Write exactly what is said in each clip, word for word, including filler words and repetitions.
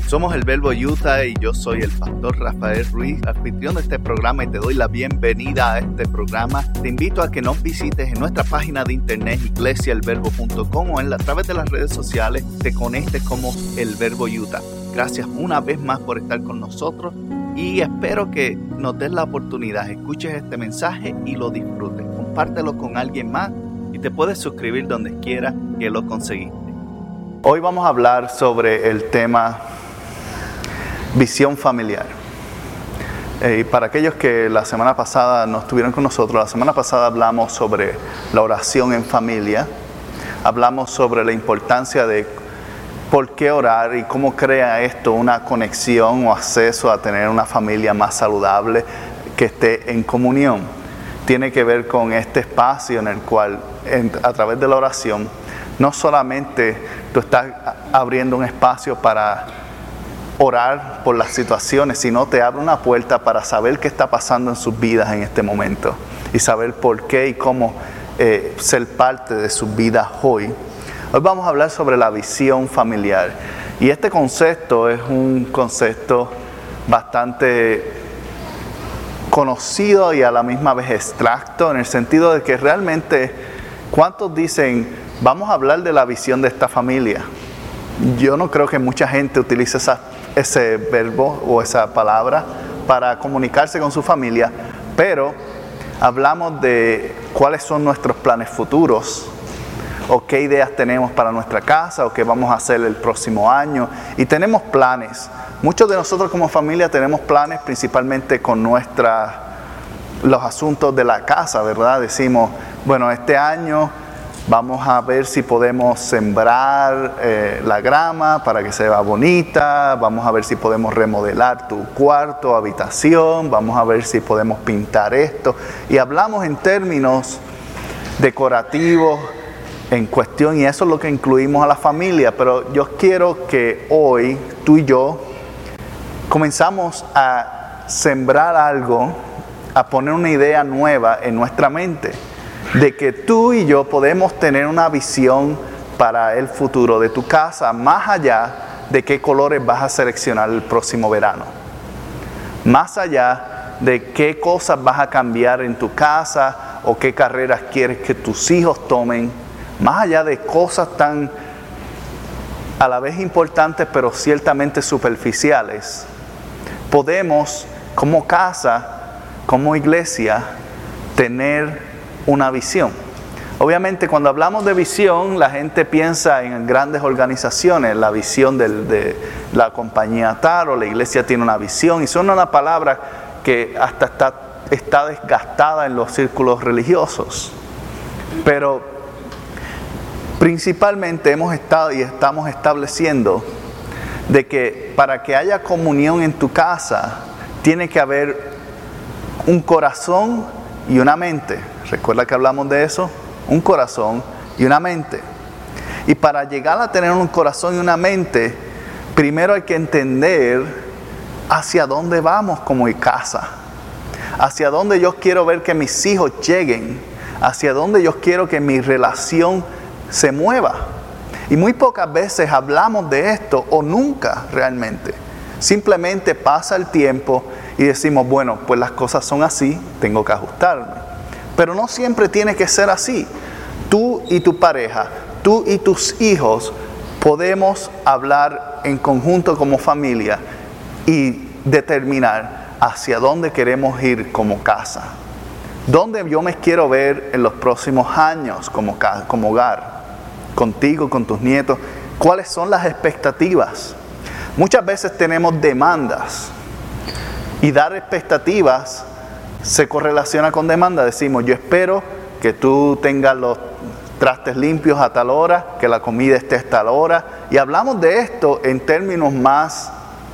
Somos el Verbo Utah y yo soy el pastor Rafael Ruiz, anfitrión de este programa, y te doy la bienvenida a este programa. Te invito a que nos visites en nuestra página de internet iglesia el verbo punto com o en la, a través de las redes sociales te conectes como el Verbo Utah. Gracias una vez más por estar con nosotros y espero que nos des la oportunidad, escuches este mensaje y lo disfrutes. Compártelo con alguien más y te puedes suscribir donde quiera que lo conseguiste. Hoy vamos a hablar sobre el tema visión familiar. Eh, y para aquellos que la semana pasada no estuvieron con nosotros, la semana pasada hablamos sobre la oración en familia. Hablamos sobre la importancia de por qué orar y cómo crea esto una conexión o acceso a tener una familia más saludable que esté en comunión. Tiene que ver con este espacio en el cual, en, a través de la oración, no solamente tú estás abriendo un espacio para orar por las situaciones, sino te abre una puerta para saber qué está pasando en sus vidas en este momento y saber por qué y cómo eh, ser parte de sus vidas hoy. Hoy vamos a hablar sobre la visión familiar y este concepto es un concepto bastante conocido y a la misma vez abstracto, en el sentido de que realmente, ¿cuántos dicen vamos a hablar de la visión de esta familia? Yo no creo que mucha gente utilice esa, ese verbo o esa palabra para comunicarse con su familia, pero hablamos de cuáles son nuestros planes futuros o qué ideas tenemos para nuestra casa o qué vamos a hacer el próximo año. Y tenemos planes. Muchos de nosotros como familia tenemos planes principalmente con nuestra, los asuntos de la casa, ¿verdad? Decimos, bueno, este año vamos a ver si podemos sembrar eh, la grama para que se vea bonita. Vamos a ver si podemos remodelar tu cuarto, habitación. Vamos a ver si podemos pintar esto. Y hablamos en términos decorativos en cuestión, y eso es lo que incluimos a la familia. Pero yo quiero que hoy tú y yo comenzamos a sembrar algo, a poner una idea nueva en nuestra mente, de que tú y yo podemos tener una visión para el futuro de tu casa, más allá de qué colores vas a seleccionar el próximo verano, más allá de qué cosas vas a cambiar en tu casa o qué carreras quieres que tus hijos tomen, más allá de cosas tan a la vez importantes pero ciertamente superficiales. Podemos como casa, como iglesia, tener una visión. Obviamente cuando hablamos de visión, la gente piensa en grandes organizaciones, la visión del, de la compañía tal o la iglesia tiene una visión, y son una palabra que hasta está, está desgastada en los círculos religiosos. Pero principalmente hemos estado y estamos estableciendo de que para que haya comunión en tu casa, tiene que haber un corazón y una mente. ¿Recuerda que hablamos de eso? Un corazón y una mente. Y para llegar a tener un corazón y una mente, primero hay que entender hacia dónde vamos como casa. Hacia dónde yo quiero ver que mis hijos lleguen. Hacia dónde yo quiero que mi relación se mueva. Y muy pocas veces hablamos de esto, o nunca realmente. Simplemente pasa el tiempo y decimos, bueno, pues las cosas son así, tengo que ajustarme. Pero no siempre tiene que ser así. Tú y tu pareja, tú y tus hijos podemos hablar en conjunto como familia y determinar hacia dónde queremos ir como casa. ¿Dónde yo me quiero ver en los próximos años como, como hogar? Contigo, con tus nietos. ¿Cuáles son las expectativas? Muchas veces tenemos demandas. Y dar expectativas se correlaciona con demanda. Decimos, yo espero que tú tengas los trastes limpios a tal hora, que la comida esté a tal hora. Y hablamos de esto en términos más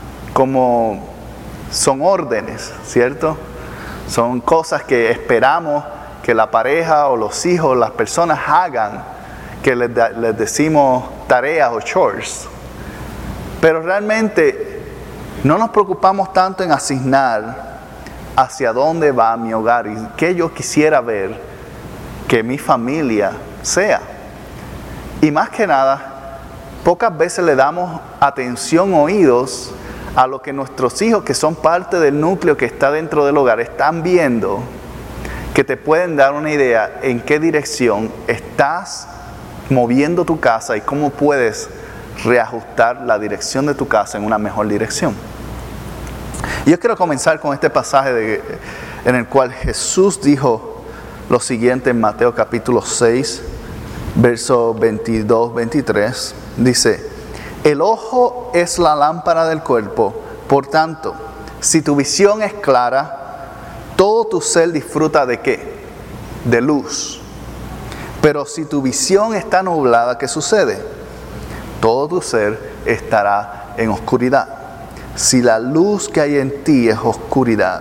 como son órdenes, ¿cierto? Son cosas que esperamos que la pareja o los hijos, las personas hagan, que les, les decimos tareas o chores. Pero realmente no nos preocupamos tanto en asignar hacia dónde va mi hogar y qué yo quisiera ver que mi familia sea. Y más que nada, pocas veces le damos atención, oídos, a lo que nuestros hijos, que son parte del núcleo que está dentro del hogar, están viendo, que te pueden dar una idea en qué dirección estás moviendo tu casa y cómo puedes reajustar la dirección de tu casa en una mejor dirección. Y yo quiero comenzar con este pasaje de, en el cual Jesús dijo lo siguiente en Mateo capítulo seis, verso veintidós veintitrés. Dice: el ojo es la lámpara del cuerpo, por tanto, si tu visión es clara, todo tu ser disfruta ¿de qué? De luz. Pero si tu visión está nublada, ¿qué sucede? Todo tu ser estará en oscuridad. Si la luz que hay en ti es oscuridad,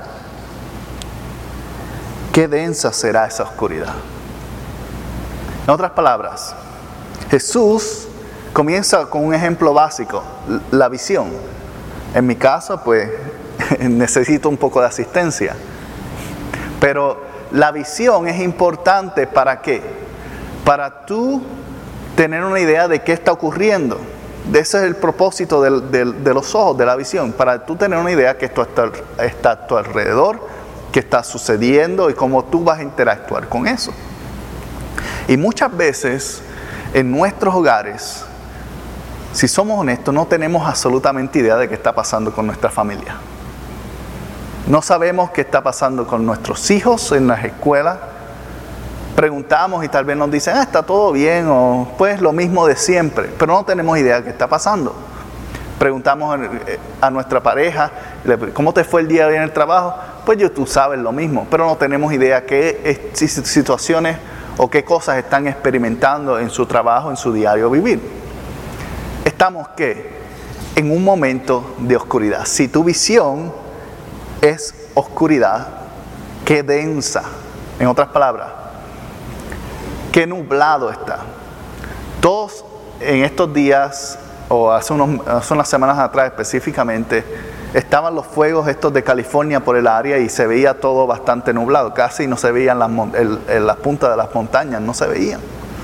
¿qué densa será esa oscuridad? En otras palabras, Jesús comienza con un ejemplo básico, la visión. En mi caso, pues, necesito un poco de asistencia. Pero la visión es importante, ¿para qué? Para tú tener una idea de qué está ocurriendo. Ese es el propósito de, de, de los ojos, de la visión. Para tú tener una idea que esto está, está a tu alrededor, qué está sucediendo y cómo tú vas a interactuar con eso. Y muchas veces en nuestros hogares, si somos honestos, no tenemos absolutamente idea de qué está pasando con nuestra familia. No sabemos qué está pasando con nuestros hijos en las escuelas. Preguntamos y tal vez nos dicen, ah, está todo bien, o pues lo mismo de siempre, pero no tenemos idea de qué está pasando. Preguntamos a nuestra pareja, ¿cómo te fue el día de hoy en el trabajo? Pues yo, tú sabes lo mismo, pero no tenemos idea qué situaciones o qué cosas están experimentando en su trabajo, en su diario vivir. Estamos, ¿qué? En un momento de oscuridad. Si tu visión es oscuridad, qué densa. En otras palabras, qué nublado está. Todos en estos días, o hace, unos, hace unas semanas atrás específicamente, estaban los fuegos estos de California por el área y se veía todo bastante nublado. Casi no se veían las, el, el, las puntas de las montañas, no se veían.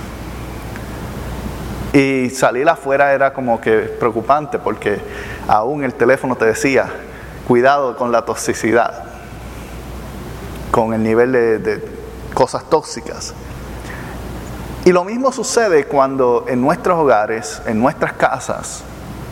Y salir afuera era como que preocupante, porque aún el teléfono te decía, cuidado con la toxicidad, con el nivel de, de cosas tóxicas. Y lo mismo sucede cuando en nuestros hogares, en nuestras casas,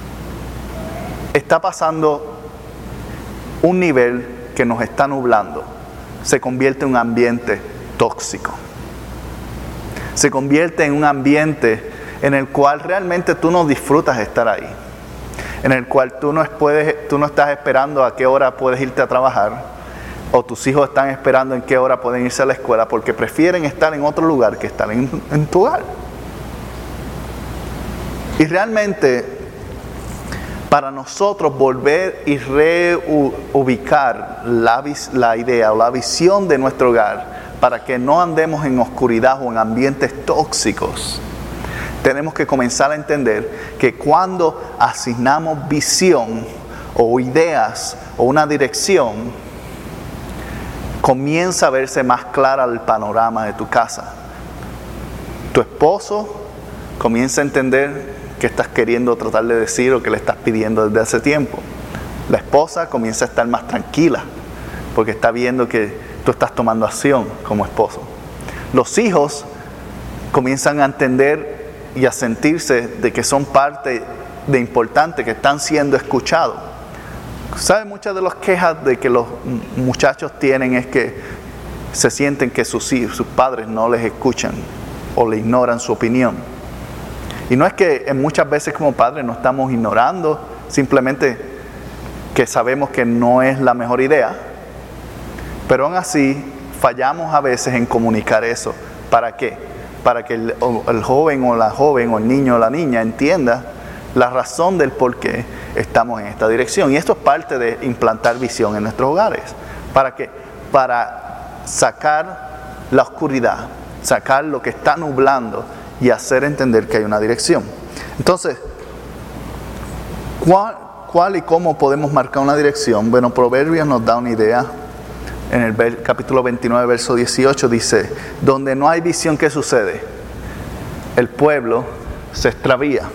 está pasando un nivel que nos está nublando. Se convierte en un ambiente tóxico. Se convierte en un ambiente en el cual realmente tú no disfrutas estar ahí, en el cual tú no, puedes, tú no estás esperando a qué hora puedes irte a trabajar, o tus hijos están esperando en qué hora pueden irse a la escuela, porque prefieren estar en otro lugar que estar en, en tu hogar. Y realmente, para nosotros volver y reubicar la, la idea o la visión de nuestro hogar, para que no andemos en oscuridad o en ambientes tóxicos, tenemos que comenzar a entender que cuando asignamos visión o ideas o una dirección, comienza a verse más clara el panorama de tu casa. Tu esposo comienza a entender qué estás queriendo tratar de decir o qué le estás pidiendo desde hace tiempo. La esposa comienza a estar más tranquila porque está viendo que tú estás tomando acción como esposo. Los hijos comienzan a entender y a sentirse de que son parte de importante, que están siendo escuchados. ¿Saben? Muchas de las quejas de que los muchachos tienen es que se sienten que sus, sus padres no les escuchan o le ignoran su opinión. Y no es que en muchas veces como padres no estamos ignorando, simplemente que sabemos que no es la mejor idea, pero aún así fallamos a veces en comunicar eso. ¿Para qué? Para que el, el joven o la joven o el niño o la niña entienda la razón del por qué estamos en esta dirección. Y esto es parte de implantar visión en nuestros hogares. ¿Para qué? Para sacar la oscuridad, sacar lo que está nublando y hacer entender que hay una dirección. Entonces, ¿cuál, cuál y cómo podemos marcar una dirección? Bueno, Proverbios nos da una idea. En el capítulo veintinueve, verso dieciocho, dice: donde no hay visión, ¿qué sucede? El pueblo se extravía.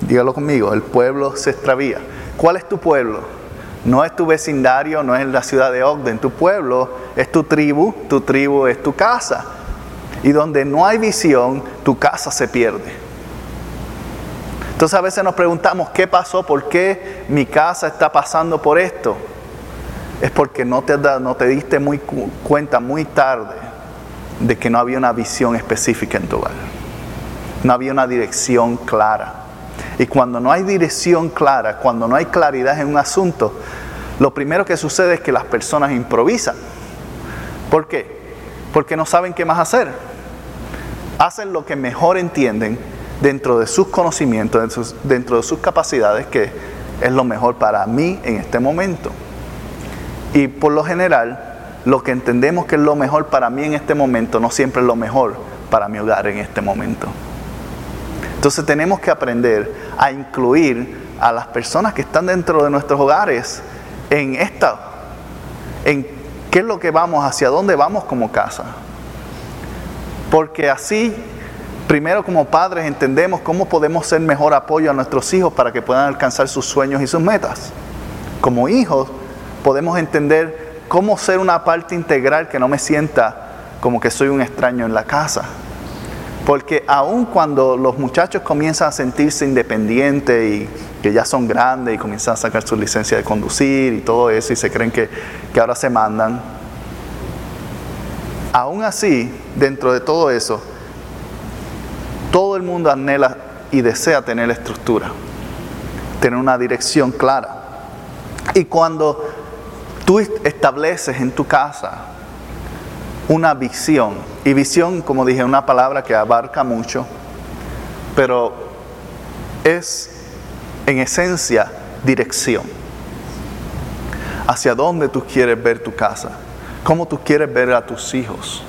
dígalo conmigo, el pueblo se extravía. ¿Cuál es tu pueblo? No es tu vecindario, no es la ciudad de Ogden. Tu pueblo es tu tribu, tu tribu es tu casa. Y donde no hay visión, tu casa se pierde. Entonces a veces nos preguntamos, ¿qué pasó? ¿Por qué mi casa está pasando por esto? Es porque no te, no te diste muy cu- cuenta muy tarde de que no había una visión específica en tu hogar. No había una dirección clara. Y cuando no hay dirección clara, cuando no hay claridad en un asunto, lo primero que sucede es que las personas improvisan. ¿Por qué? Porque no saben qué más hacer. Hacen lo que mejor entienden dentro de sus conocimientos, dentro, dentro de sus capacidades, que es lo mejor para mí en este momento. Y por lo general, lo que entendemos que es lo mejor para mí en este momento, no siempre es lo mejor para mi hogar en este momento. Entonces tenemos que aprender a incluir a las personas que están dentro de nuestros hogares en esta, en qué es lo que vamos, hacia dónde vamos como casa. Porque así, primero como padres entendemos cómo podemos ser mejor apoyo a nuestros hijos para que puedan alcanzar sus sueños y sus metas. Como hijos podemos entender cómo ser una parte integral, que no me sienta como que soy un extraño en la casa. Porque aun cuando los muchachos comienzan a sentirse independientes y que ya son grandes y comienzan a sacar su licencia de conducir y todo eso y se creen que, que ahora se mandan, aún así, dentro de todo eso, todo el mundo anhela y desea tener estructura, tener una dirección clara. Y cuando tú estableces en tu casa una visión, y visión, como dije, es una palabra que abarca mucho, pero es en esencia dirección. Hacia dónde tú quieres ver tu casa, cómo tú quieres ver a tus hijos.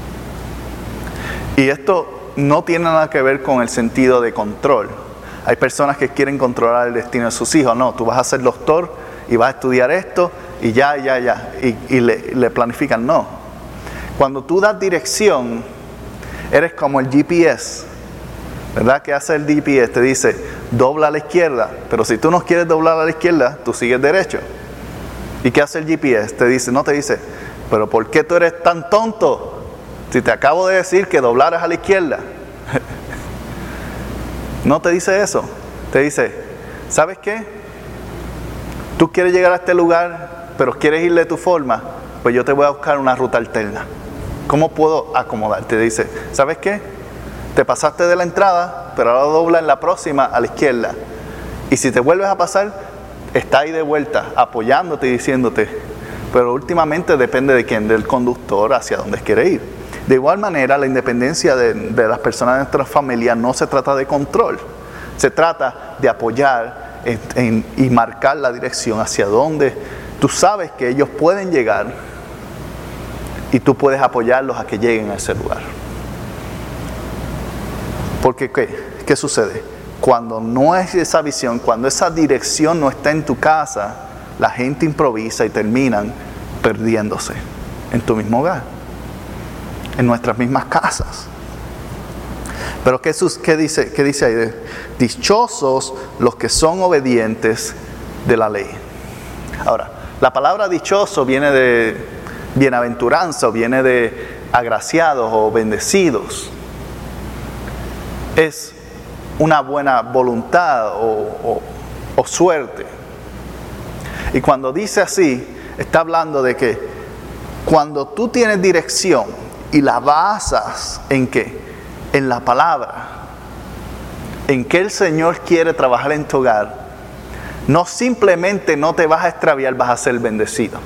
Y esto no tiene nada que ver con el sentido de control. Hay personas que quieren controlar el destino de sus hijos. No, tú vas a ser doctor y vas a estudiar esto y ya, ya, ya, y, y le, le planifican. No. Cuando tú das dirección, eres como el G P S, ¿verdad? ¿Qué hace el G P S? Te dice, dobla a la izquierda, pero si tú no quieres doblar a la izquierda, tú sigues derecho. ¿Y qué hace el G P S? Te dice, no te dice, pero ¿por qué tú eres tan tonto? Si te acabo de decir que doblaras a la izquierda. No te dice eso. Te dice, ¿sabes qué? Tú quieres llegar a este lugar, pero quieres ir de tu forma, pues yo te voy a buscar una ruta alterna. ¿Cómo puedo acomodarte? Te dice, ¿sabes qué? Te pasaste de la entrada, pero ahora dobla en la próxima a la izquierda. Y si te vuelves a pasar, está ahí de vuelta, apoyándote y diciéndote. Pero últimamente depende de quién, del conductor, hacia dónde quiere ir. De igual manera, la independencia de, de las personas de nuestra familia no se trata de control. Se trata de apoyar en, en, y marcar la dirección hacia dónde tú sabes que ellos pueden llegar y tú puedes apoyarlos a que lleguen a ese lugar. Porque ¿qué? ¿Qué sucede? Cuando no es esa visión, cuando esa dirección no está en tu casa, la gente improvisa y terminan perdiéndose en tu mismo hogar, en nuestras mismas casas. Pero ¿qué, qué, dice, qué dice ahí? Dichosos los que son obedientes de la ley. Ahora, la palabra dichoso viene de bienaventuranza, o viene de agraciados o bendecidos. Es una buena voluntad o, o, o suerte. Y cuando dice así, está hablando de que cuando tú tienes dirección y la basas en qué, en la palabra, en que el Señor quiere trabajar en tu hogar, no simplemente no te vas a extraviar, vas a ser bendecido.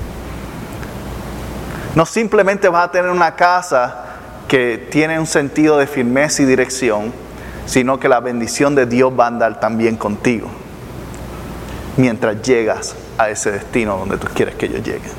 No simplemente vas a tener una casa que tiene un sentido de firmeza y dirección, sino que la bendición de Dios va a andar también contigo mientras llegas a ese destino donde tú quieres que ellos lleguen.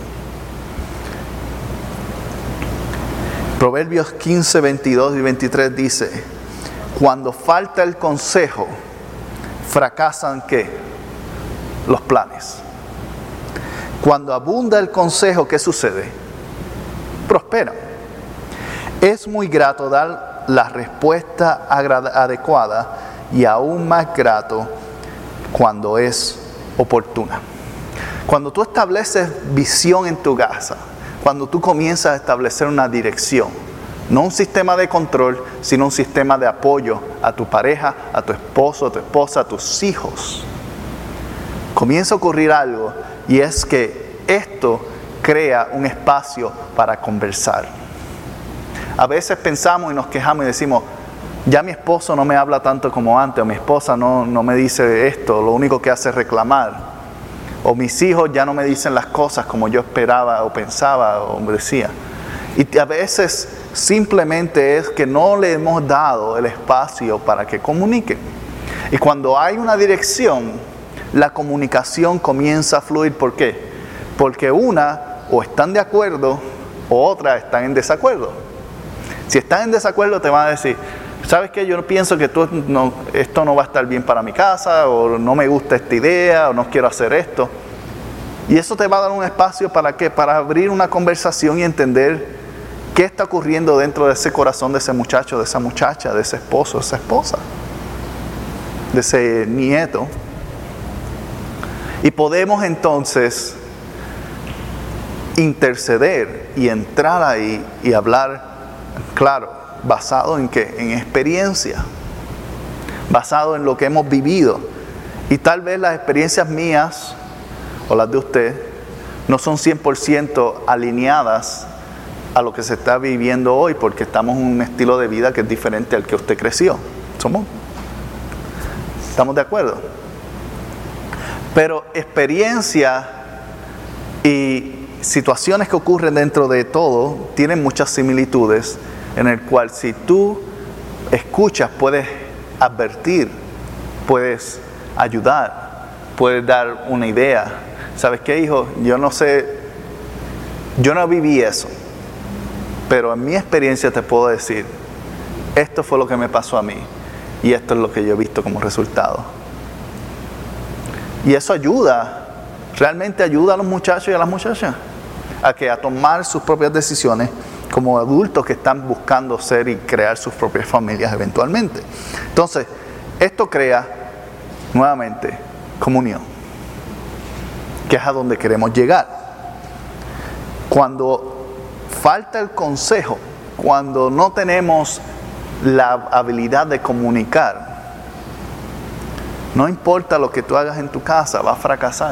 Proverbios quince, veintidós y veintitrés dice, cuando falta el consejo, fracasan ¿qué? Los planes. Cuando abunda el consejo, ¿qué sucede? Prosperan. Es muy grato dar la respuesta adecuada y aún más grato cuando es oportuna. Cuando tú estableces visión en tu casa, cuando tú comienzas a establecer una dirección, no un sistema de control, sino un sistema de apoyo a tu pareja, a tu esposo, a tu esposa, a tus hijos, comienza a ocurrir algo, y es que esto crea un espacio para conversar. A veces pensamos y nos quejamos y decimos, ya mi esposo no me habla tanto como antes, o mi esposa no, no me dice esto, lo único que hace es reclamar, o mis hijos ya no me dicen las cosas como yo esperaba o pensaba o decía. Y a veces simplemente es que no le hemos dado el espacio para que comuniquen. Y cuando hay una dirección, la comunicación comienza a fluir. ¿Por qué? Porque una o están de acuerdo o otra están en desacuerdo. Si están en desacuerdo te van a decir, ¿sabes qué? Yo pienso que tú no, esto no va a estar bien para mi casa, o no me gusta esta idea, o no quiero hacer esto. Y eso te va a dar un espacio ¿para qué? Para abrir una conversación y entender qué está ocurriendo dentro de ese corazón de ese muchacho, de esa muchacha, de ese esposo, de esa esposa, de ese nieto. Y podemos entonces interceder y entrar ahí y hablar, claro, basado en qué, en experiencia, basado en lo que hemos vivido. Y tal vez las experiencias mías o las de usted no son cien por ciento alineadas a lo que se está viviendo hoy, porque estamos en un estilo de vida que es diferente al que usted creció. ¿Somos? ¿Estamos de acuerdo? Pero experiencia y situaciones que ocurren dentro de todo tienen muchas similitudes, en el cual si tú escuchas puedes advertir, puedes ayudar, puedes dar una idea. ¿Sabes qué, hijo? Yo no sé, yo no viví eso, pero en mi experiencia te puedo decir, esto fue lo que me pasó a mí y esto es lo que yo he visto como resultado. Y eso ayuda, realmente ayuda a los muchachos y a las muchachas a que a tomar sus propias decisiones como adultos que están buscando ser y crear sus propias familias eventualmente. Entonces, esto crea nuevamente comunión, que es a donde queremos llegar. Cuando falta el consejo, cuando no tenemos la habilidad de comunicar, no importa lo que tú hagas en tu casa, va a fracasar.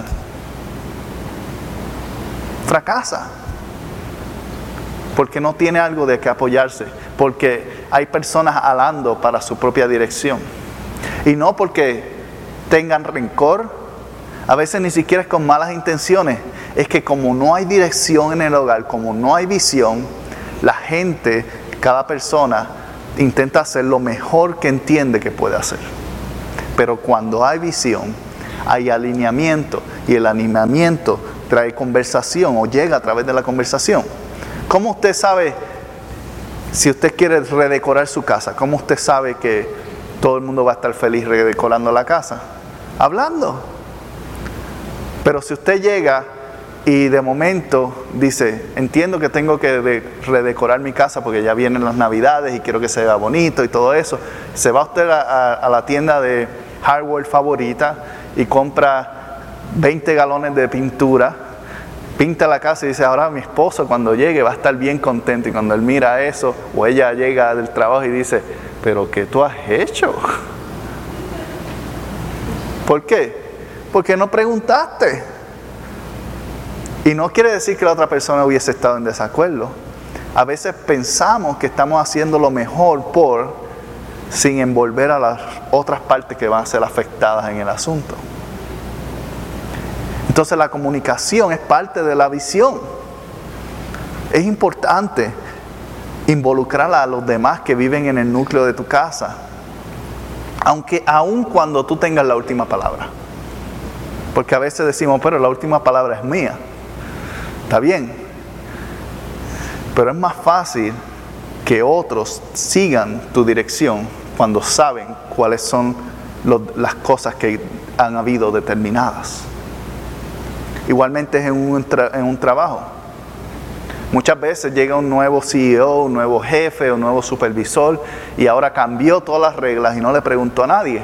Fracasa. Porque no tiene algo de que apoyarse. Porque hay personas alando para su propia dirección. Y no porque tengan rencor. A veces ni siquiera es con malas intenciones. Es que como no hay dirección en el hogar, como no hay visión, la gente, cada persona, intenta hacer lo mejor que entiende que puede hacer. Pero cuando hay visión, hay alineamiento. Y el alineamiento trae conversación o llega a través de la conversación. ¿Cómo usted sabe si usted quiere redecorar su casa? ¿Cómo usted sabe que todo el mundo va a estar feliz redecorando la casa? Hablando. Pero si usted llega y de momento dice, entiendo que tengo que redecorar mi casa porque ya vienen las navidades y quiero que se vea bonito y todo eso, se va usted a, a, a la tienda de hardware favorita y compra veinte galones de pintura, pinta la casa y dice, ahora mi esposo cuando llegue va a estar bien contento. Y cuando él mira eso, o ella llega del trabajo y dice, pero ¿qué tú has hecho? ¿Por qué? Porque no preguntaste. Y no quiere decir que la otra persona hubiese estado en desacuerdo. A veces pensamos que estamos haciendo lo mejor por, sin envolver a las otras partes que van a ser afectadas en el asunto. Entonces la comunicación es parte de la visión. Es importante involucrar a los demás que viven en el núcleo de tu casa, aunque aun cuando tú tengas la última palabra. Porque a veces decimos, pero la última palabra es mía. Está bien. Pero es más fácil que otros sigan tu dirección cuando saben cuáles son los, las cosas que han habido determinadas. Igualmente es en un, tra- en un trabajo. Muchas veces llega un nuevo C E O, un nuevo jefe, un nuevo supervisor y ahora cambió todas las reglas y no le preguntó a nadie.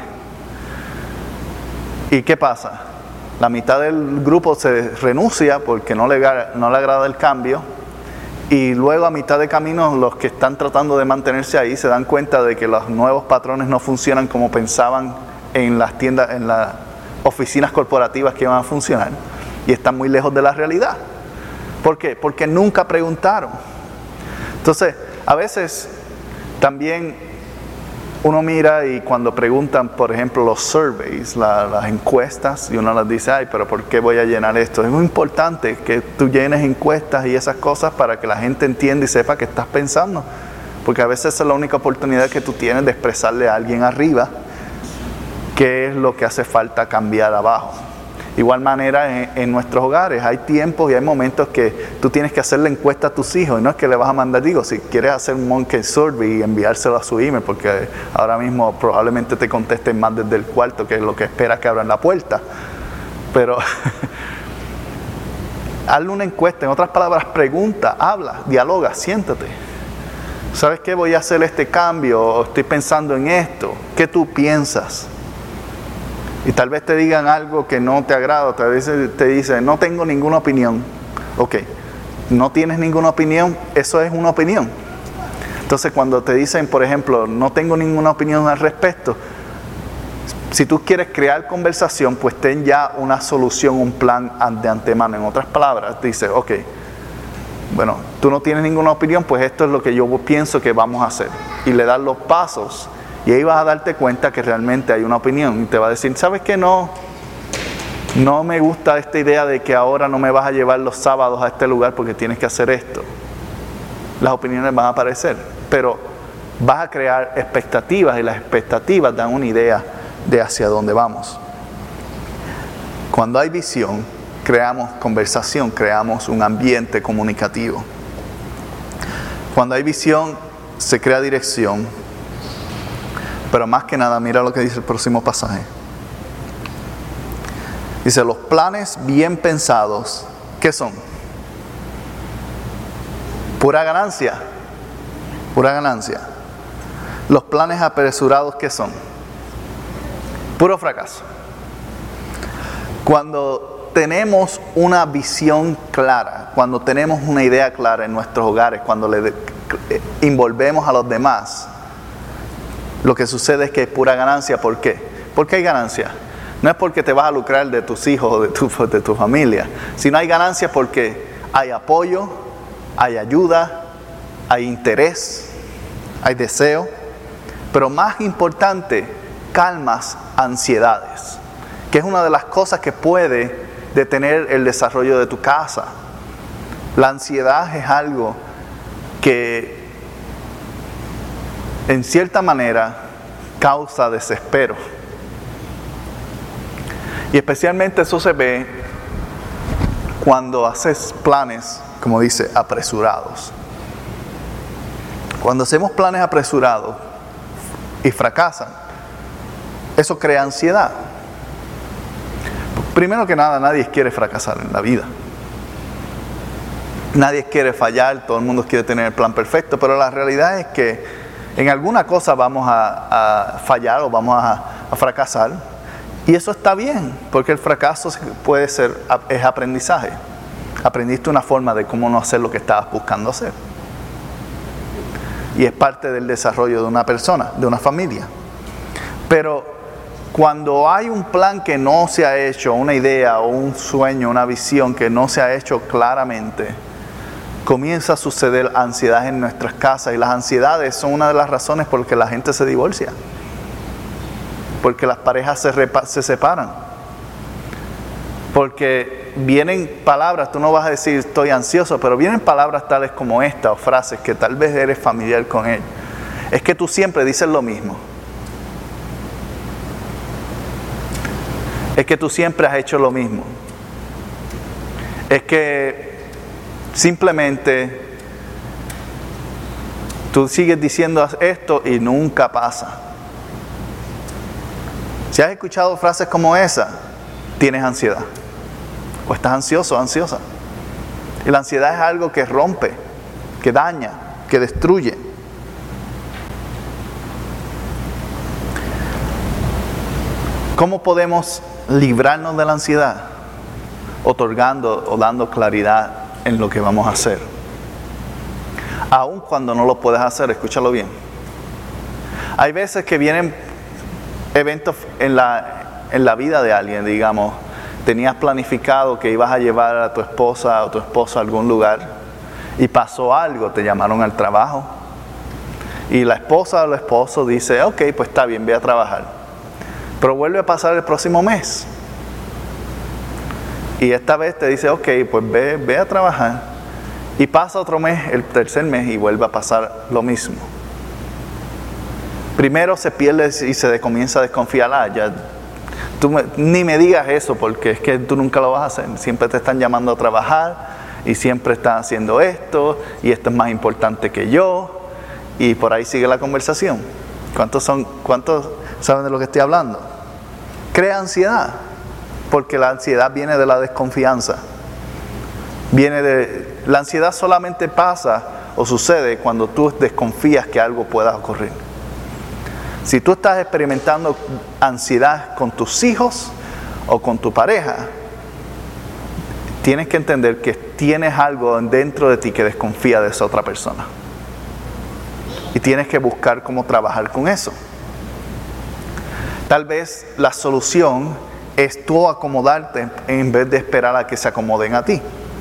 ¿Y qué pasa? La mitad del grupo se renuncia porque no le, no le agrada el cambio y luego a mitad de camino los que están tratando de mantenerse ahí se dan cuenta de que los nuevos patrones no funcionan como pensaban en las tiendas, en las oficinas corporativas que iban a funcionar y están muy lejos de la realidad. ¿Por qué? Porque nunca preguntaron. Entonces, a veces también uno mira y cuando preguntan, por ejemplo, los surveys, la, las encuestas, y uno les dice, ay, pero ¿por qué voy a llenar esto? Es muy importante que tú llenes encuestas y esas cosas para que la gente entienda y sepa qué estás pensando. Porque a veces es la única oportunidad que tú tienes de expresarle a alguien arriba qué es lo que hace falta cambiar abajo. Igual manera en, en nuestros hogares hay tiempos y hay momentos que tú tienes que hacerle encuesta a tus hijos y no es que le vas a mandar, digo, si quieres hacer un monkey survey y enviárselo a su email porque ahora mismo probablemente te contesten más desde el cuarto que es lo que esperas que abran la puerta, pero hazle una encuesta, en otras palabras, pregunta, habla, dialoga, siéntate. ¿Sabes qué? Voy a hacer este cambio, o estoy pensando en esto, ¿qué tú piensas? Y tal vez te digan algo que no te agrada, tal vez te dicen, no tengo ninguna opinión. Ok, no tienes ninguna opinión, eso es una opinión. Entonces cuando te dicen, por ejemplo, no tengo ninguna opinión al respecto, si tú quieres crear conversación, pues ten ya una solución, un plan de antemano. En otras palabras, dices, ok, bueno, tú no tienes ninguna opinión, pues esto es lo que yo pienso que vamos a hacer. Y le das los pasos. Y ahí vas a darte cuenta que realmente hay una opinión. Y te va a decir, ¿sabes qué? No, no me gusta esta idea de que ahora no me vas a llevar los sábados a este lugar porque tienes que hacer esto. Las opiniones van a aparecer, pero vas a crear expectativas y las expectativas dan una idea de hacia dónde vamos. Cuando hay visión, creamos conversación, creamos un ambiente comunicativo. Cuando hay visión, se crea dirección. Pero más que nada, mira lo que dice el próximo pasaje. Dice, los planes bien pensados, ¿qué son? Pura ganancia. Pura ganancia. Los planes apresurados, ¿qué son? Puro fracaso. Cuando tenemos una visión clara, cuando tenemos una idea clara en nuestros hogares, cuando le de, envolvemos a los demás, lo que sucede es que es pura ganancia. ¿Por qué? ¿Por qué hay ganancia? No es porque te vas a lucrar de tus hijos o de tu, de tu familia, sino hay ganancia porque hay apoyo, hay ayuda, hay interés, hay deseo, pero más importante, calmas ansiedades, que es una de las cosas que puede detener el desarrollo de tu casa. La ansiedad es algo que en cierta manera causa desespero. Y especialmente eso se ve cuando haces planes, como dice, apresurados. Cuando hacemos planes apresurados y fracasan, eso crea ansiedad. Primero que nada, nadie quiere fracasar en la vida. Nadie quiere fallar, todo el mundo quiere tener el plan perfecto, pero la realidad es que en alguna cosa vamos a, a fallar o vamos a, a fracasar. Y eso está bien, porque el fracaso puede ser, es aprendizaje. Aprendiste una forma de cómo no hacer lo que estabas buscando hacer. Y es parte del desarrollo de una persona, de una familia. Pero cuando hay un plan que no se ha hecho, una idea o un sueño, una visión que no se ha hecho claramente, comienza a suceder ansiedad en nuestras casas. Y las ansiedades son una de las razones por las que la gente se divorcia. Porque las parejas se, repa- se separan. Porque vienen palabras, tú no vas a decir estoy ansioso, pero vienen palabras tales como esta o frases que tal vez eres familiar con él. Es que tú siempre dices lo mismo. Es que tú siempre has hecho lo mismo. Es que simplemente tú sigues diciendo esto y nunca pasa. Si has escuchado frases como esa, tienes ansiedad. O estás ansioso o ansiosa. Y la ansiedad es algo que rompe, que daña, que destruye. ¿Cómo podemos librarnos de la ansiedad? Otorgando o dando claridad en lo que vamos a hacer. Aun cuando no lo puedes hacer, escúchalo bien. Hay veces que vienen eventos en la, en la vida de alguien, digamos, tenías planificado que ibas a llevar a tu esposa o tu esposo a algún lugar y pasó algo, te llamaron al trabajo y la esposa o el esposo dice, ok, pues está bien, ve a trabajar, pero vuelve a pasar el próximo mes y esta vez te dice, ok, pues ve, ve a trabajar y pasa otro mes, el tercer mes y vuelve a pasar lo mismo. Primero se pierde y se comienza a desconfiar, ah, ya tú me, ni me digas eso porque es que tú nunca lo vas a hacer, siempre te están llamando a trabajar y siempre están haciendo esto y esto es más importante que yo y por ahí sigue la conversación. ¿Cuántos son, cuántos saben de lo que estoy hablando? Crea ansiedad, porque la ansiedad viene de la desconfianza. Viene de, la ansiedad solamente pasa o sucede cuando tú desconfías que algo pueda ocurrir. Si tú estás experimentando ansiedad con tus hijos o con tu pareja, tienes que entender que tienes algo dentro de ti que desconfía de esa otra persona. Y tienes que buscar cómo trabajar con eso. Tal vez la solución es tú acomodarte en vez de esperar a que se acomoden a ti.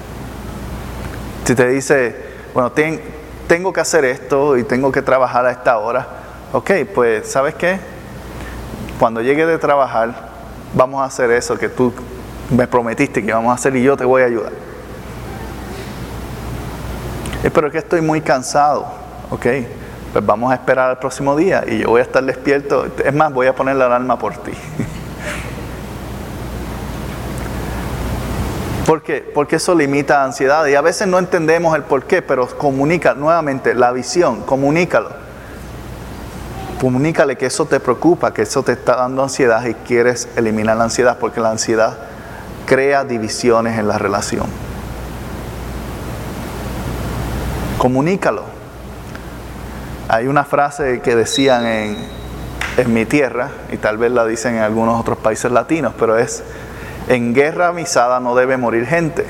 Si te dice, bueno, ten, tengo que hacer esto y tengo que trabajar a esta hora. Ok, pues, ¿sabes qué? Cuando llegue de trabajar, vamos a hacer eso que tú me prometiste que vamos a hacer y yo te voy a ayudar. Eh, pero es que estoy muy cansado. Ok, pues vamos a esperar al próximo día y yo voy a estar despierto. Es más, voy a poner la alarma por ti. ¿Por qué? Porque eso limita la ansiedad y a veces no entendemos el por qué, pero comunica nuevamente la visión, comunícalo. Comunícale que eso te preocupa, que eso te está dando ansiedad y quieres eliminar la ansiedad, porque la ansiedad crea divisiones en la relación. Comunícalo. Hay una frase que decían en, en mi tierra, y tal vez la dicen en algunos otros países latinos, pero es, en guerra avisada no debe morir gente.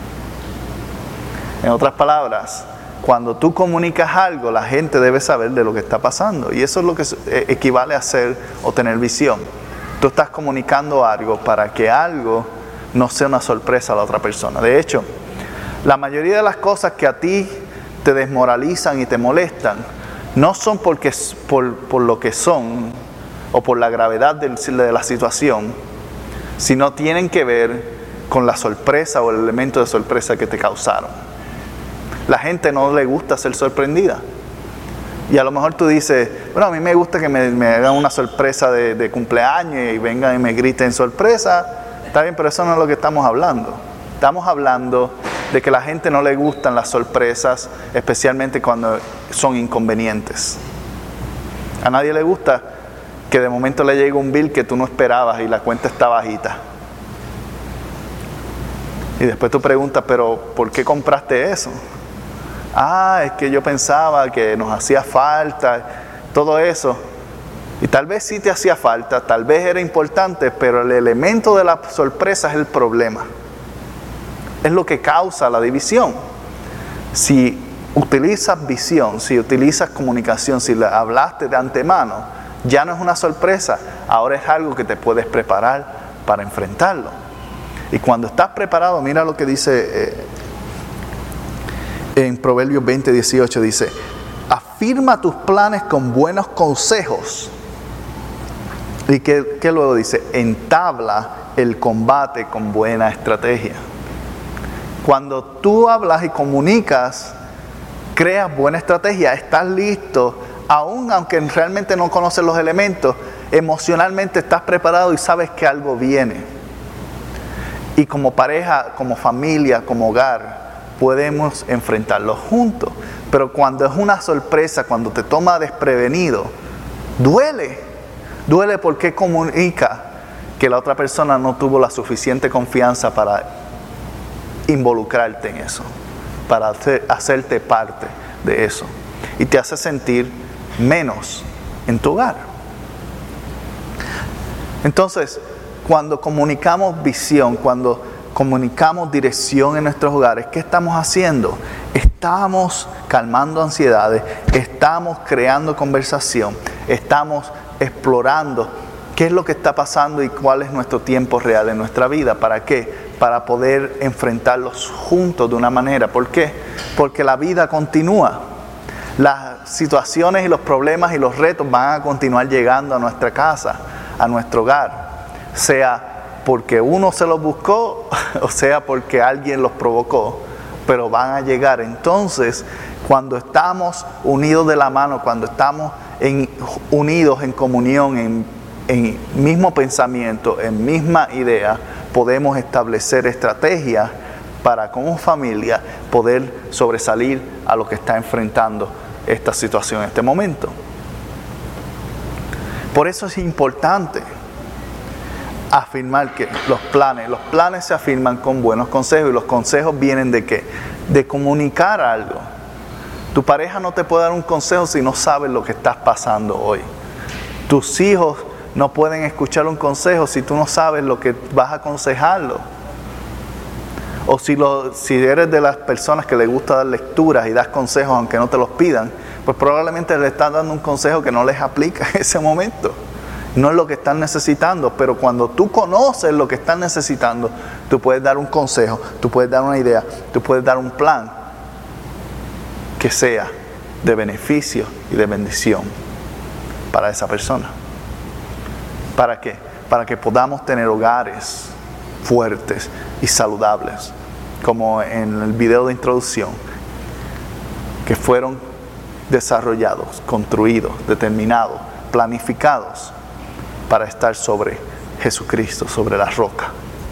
En otras palabras, cuando tú comunicas algo, la gente debe saber de lo que está pasando. Y eso es lo que equivale a ser o tener visión. Tú estás comunicando algo para que algo no sea una sorpresa a la otra persona. De hecho, la mayoría de las cosas que a ti te desmoralizan y te molestan, no son porque, por, por lo que son o por la gravedad de, de la situación, sino tienen que ver con la sorpresa o el elemento de sorpresa que te causaron. La gente no le gusta ser sorprendida. Y a lo mejor tú dices, bueno, a mí me gusta que me, me hagan una sorpresa de, de cumpleaños y vengan y me griten sorpresa. Está bien, pero eso no es lo que estamos hablando. Estamos hablando de que a la gente no le gustan las sorpresas, especialmente cuando son inconvenientes. A nadie le gusta que de momento le llegue un bill que tú no esperabas y la cuenta está bajita. Y después tú preguntas, pero ¿por qué compraste eso? Ah, es que yo pensaba que nos hacía falta, todo eso. Y tal vez sí te hacía falta, tal vez era importante, pero el elemento de la sorpresa es el problema. Es lo que causa la división. Si utilizas visión, si utilizas comunicación, si le hablaste de antemano, ya no es una sorpresa, ahora es algo que te puedes preparar para enfrentarlo. Y cuando estás preparado, mira lo que dice eh, en Proverbios veinte, dieciocho, dice, afirma tus planes con buenos consejos. ¿Y qué, qué luego dice? Entabla el combate con buena estrategia. Cuando tú hablas y comunicas, creas buena estrategia, estás listo, aun aunque realmente no conoces los elementos, emocionalmente estás preparado y sabes que algo viene. Y como pareja, como familia, como hogar, podemos enfrentarlo juntos. Pero cuando es una sorpresa, cuando te toma desprevenido, duele. Duele porque comunica que la otra persona no tuvo la suficiente confianza para involucrarte en eso, para hacer, hacerte parte de eso. Y te hace sentir menos en tu hogar. Entonces, cuando comunicamos visión, cuando comunicamos dirección en nuestros hogares, ¿qué estamos haciendo? Estamos calmando ansiedades, estamos creando conversación, estamos explorando qué es lo que está pasando y cuál es nuestro tiempo real en nuestra vida. ¿Para qué? Para poder enfrentarlos juntos de una manera. ¿Por qué? Porque la vida continúa. Las situaciones y los problemas y los retos van a continuar llegando a nuestra casa, a nuestro hogar, sea porque uno se los buscó o sea porque alguien los provocó, pero van a llegar. Entonces, cuando estamos unidos de la mano, cuando estamos en, unidos en comunión, en, en mismo pensamiento, en misma idea, podemos establecer estrategias para como familia poder sobresalir a lo que está enfrentando esta situación en este momento. Por eso es importante afirmar que los planes, los planes se afirman con buenos consejos, y los consejos vienen de qué? De comunicar algo. Tu pareja no te puede dar un consejo si no sabes lo que estás pasando hoy. Tus hijos no pueden escuchar un consejo si tú no sabes lo que vas a aconsejarlo. O si, lo, si eres de las personas que les gusta dar lecturas y das consejos aunque no te los pidan, pues probablemente le estás dando un consejo que no les aplica en ese momento. No es lo que están necesitando, pero cuando tú conoces lo que están necesitando, tú puedes dar un consejo, tú puedes dar una idea, tú puedes dar un plan que sea de beneficio y de bendición para esa persona. ¿Para qué? Para que podamos tener hogares fuertes y saludables, como en el video de introducción, que fueron desarrollados, construidos, determinados, planificados para estar sobre Jesucristo, sobre la roca.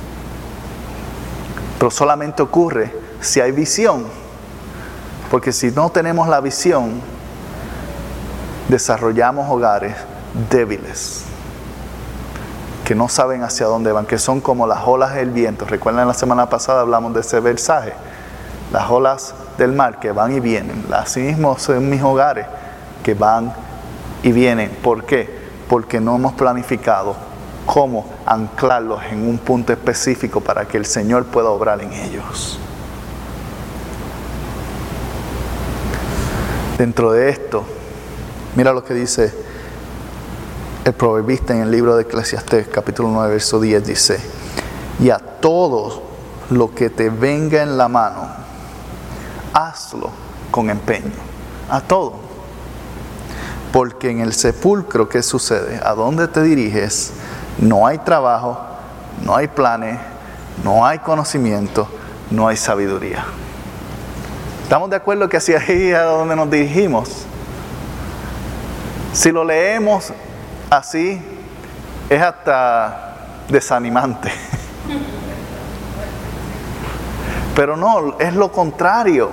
Pero solamente ocurre si hay visión, porque si no tenemos la visión, desarrollamos hogares débiles, que no saben hacia dónde van, que son como las olas del viento. Recuerdan, la semana pasada hablamos de ese versaje, las olas del mar que van y vienen. Así mismo son mis hogares que van y vienen. ¿Por qué? Porque no hemos planificado cómo anclarlos en un punto específico para que el Señor pueda obrar en ellos. Dentro de esto, mira lo que dice el proverbista en el libro de Eclesiastés, capítulo nueve, verso diez, dice: y a todo lo que te venga en la mano, hazlo con empeño. A todo. Porque en el sepulcro, ¿qué sucede? ¿A dónde te diriges? No hay trabajo, no hay planes, no hay conocimiento, no hay sabiduría. ¿Estamos de acuerdo que hacia ahí es a donde nos dirigimos? Si lo leemos así, es hasta desanimante. Pero no, es lo contrario.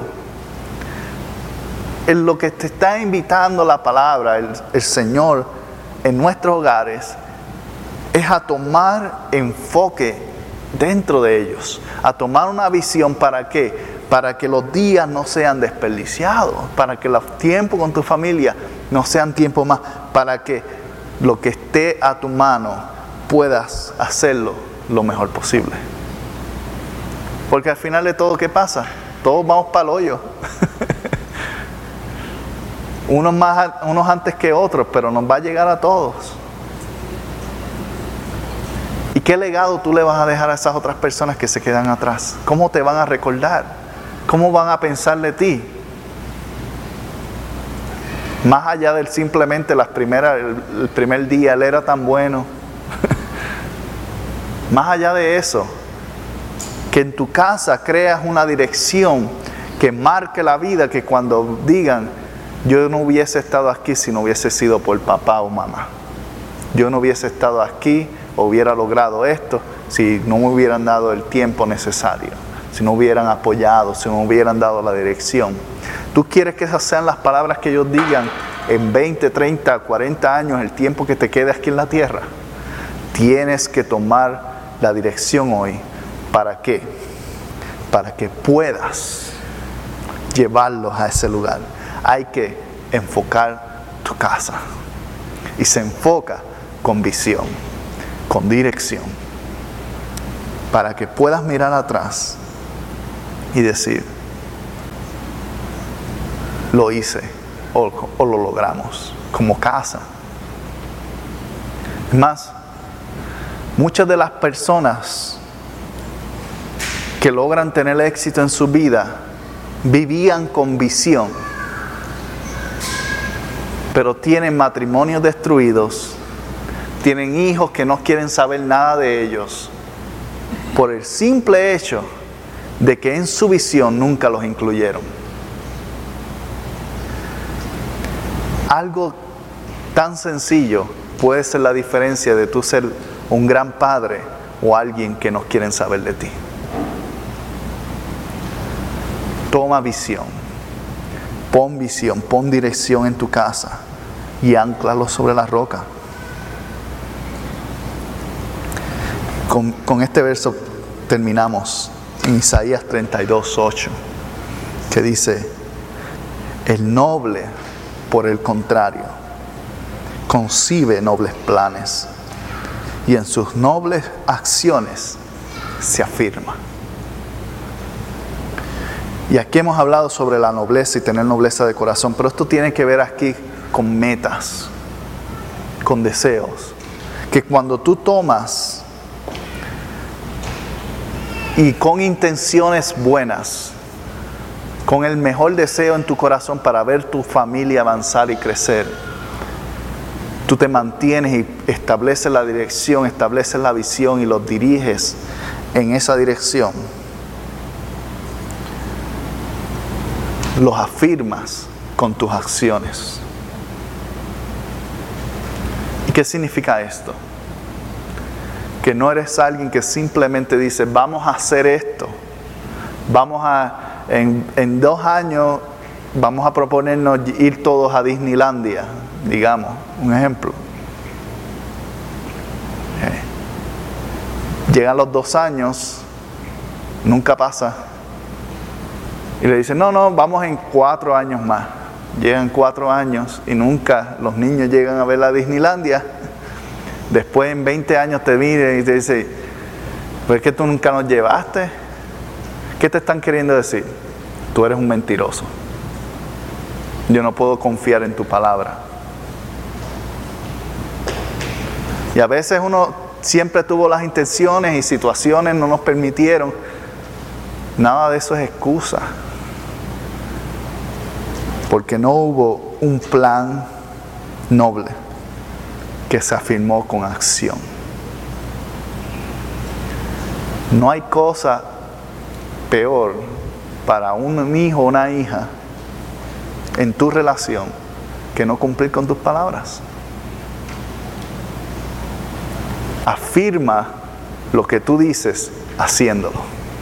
Es lo que te está invitando la palabra, el, el Señor, en nuestros hogares, es a tomar enfoque dentro de ellos, a tomar una visión. ¿Para qué? Para que los días no sean desperdiciados, para que los tiempos con tu familia no sean tiempos más, para que lo que esté a tu mano puedas hacerlo lo mejor posible. Porque al final de todo, ¿qué pasa? Todos vamos para el hoyo. Unos, más, unos antes que otros, pero nos va a llegar a todos. ¿Y qué legado tú le vas a dejar a esas otras personas que se quedan atrás? ¿Cómo te van a recordar? ¿Cómo van a pensar de ti? Más allá del simplemente las primeras, el, el primer día, él era tan bueno. Más allá de eso, que en tu casa creas una dirección que marque la vida, que cuando digan: yo no hubiese estado aquí si no hubiese sido por papá o mamá. Yo no hubiese estado aquí o hubiera logrado esto si no me hubieran dado el tiempo necesario, si no hubieran apoyado, si no hubieran dado la dirección. ¿Tú quieres que esas sean las palabras que ellos digan en veinte, treinta, cuarenta años, el tiempo que te quede aquí en la tierra? Tienes que tomar la dirección hoy. ¿Para qué? para que puedas llevarlos a ese lugar. Hay que enfocar tu casa. Y se enfoca con visión, con dirección, para que puedas mirar atrás y decir, lo hice o, o lo logramos como casa. Es más, muchas de las personas que logran tener éxito en su vida vivían con visión, pero tienen matrimonios destruidos, tienen hijos que no quieren saber nada de ellos, por el simple hecho de que en su visión nunca los incluyeron. Algo tan sencillo puede ser la diferencia de tú ser un gran padre o alguien que no quieren saber de ti. Toma visión, pon visión, pon dirección en tu casa y anclalo sobre la roca. Con, con este verso terminamos en Isaías treinta y dos, ocho, que dice, el noble, por el contrario, concibe nobles planes y en sus nobles acciones se afirma. Y aquí hemos hablado sobre la nobleza y tener nobleza de corazón, pero esto tiene que ver aquí con metas, con deseos, que cuando tú tomas y con intenciones buenas, con el mejor deseo en tu corazón para ver tu familia avanzar y crecer, tú te mantienes y estableces la dirección, estableces la visión y los diriges en esa dirección. Los afirmas con tus acciones. ¿Y qué significa esto? Que no eres alguien que simplemente dice, vamos a hacer esto, vamos a, en, en dos años, vamos a proponernos ir todos a Disneylandia, digamos, un ejemplo. Eh. Llegan los dos años, nunca pasa. Y le dicen, no, no, vamos en cuatro años más. Llegan cuatro años y nunca los niños llegan a ver la Disneylandia. Después en veinte años te miran y te dicen, ¿pero es que tú nunca nos llevaste? ¿Qué te están queriendo decir? Tú eres un mentiroso. Yo no puedo confiar en tu palabra. Y a veces uno siempre tuvo las intenciones y situaciones no nos permitieron. Nada de eso es excusa. Porque no hubo un plan noble que se afirmó con acción. No hay cosa peor para un hijo o una hija en tu relación que no cumplir con tus palabras. Afirma lo que tú dices haciéndolo.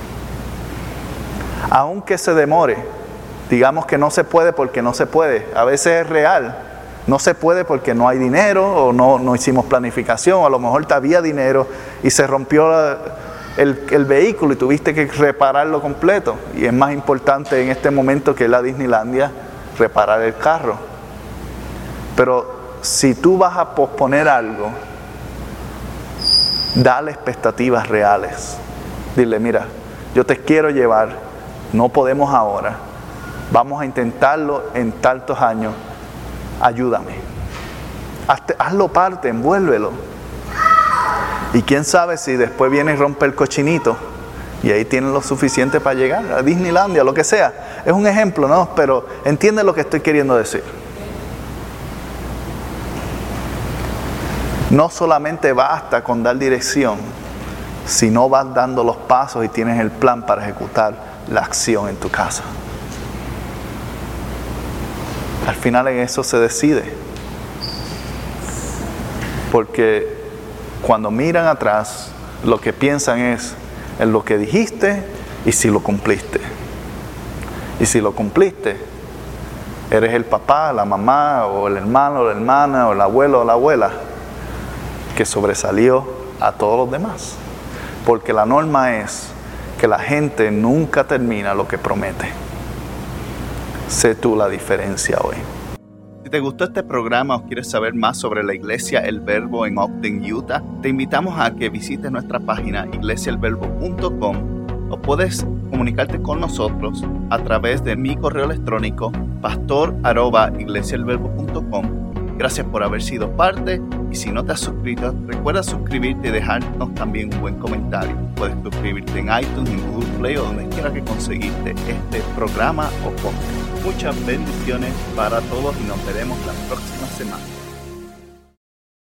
Aunque se demore, digamos que no se puede porque no se puede. A veces es real. No se puede porque no hay dinero o no, no hicimos planificación, o a lo mejor había dinero y se rompió la, el, el vehículo y tuviste que repararlo completo. Y es más importante en este momento que la Disneylandia reparar el carro. Pero si tú vas a posponer algo, dale expectativas reales. Dile, mira, yo te quiero llevar, no podemos ahora, vamos a intentarlo en tantos años. Ayúdame. Hazte, hazlo parte, envuélvelo. Y quién sabe si después viene y rompe el cochinito y ahí tienen lo suficiente para llegar a Disneylandia, lo que sea. Es un ejemplo, ¿no? Pero entiende lo que estoy queriendo decir. No solamente basta con dar dirección, sino vas dando los pasos y tienes el plan para ejecutar la acción en tu casa. Al final en eso se decide. Porque cuando miran atrás, lo que piensan es en lo que dijiste y si lo cumpliste. Y si lo cumpliste, eres el papá, la mamá, o el hermano, o la hermana, o el abuelo, o la abuela, que sobresalió a todos los demás. Porque la norma es que la gente nunca termina lo que promete. Sé tú la diferencia hoy. Si te gustó este programa o quieres saber más sobre la Iglesia El Verbo en Ogden, Utah, te invitamos a que visites nuestra página iglesia el verbo punto com o puedes comunicarte con nosotros a través de mi correo electrónico pastor arroba iglesia el verbo punto com. Gracias por haber sido parte y si no te has suscrito, recuerda suscribirte y dejarnos también un buen comentario. Puedes suscribirte en iTunes, en Google Play o donde quiera que conseguiste este programa o podcast. Muchas bendiciones para todos y nos veremos la próxima semana.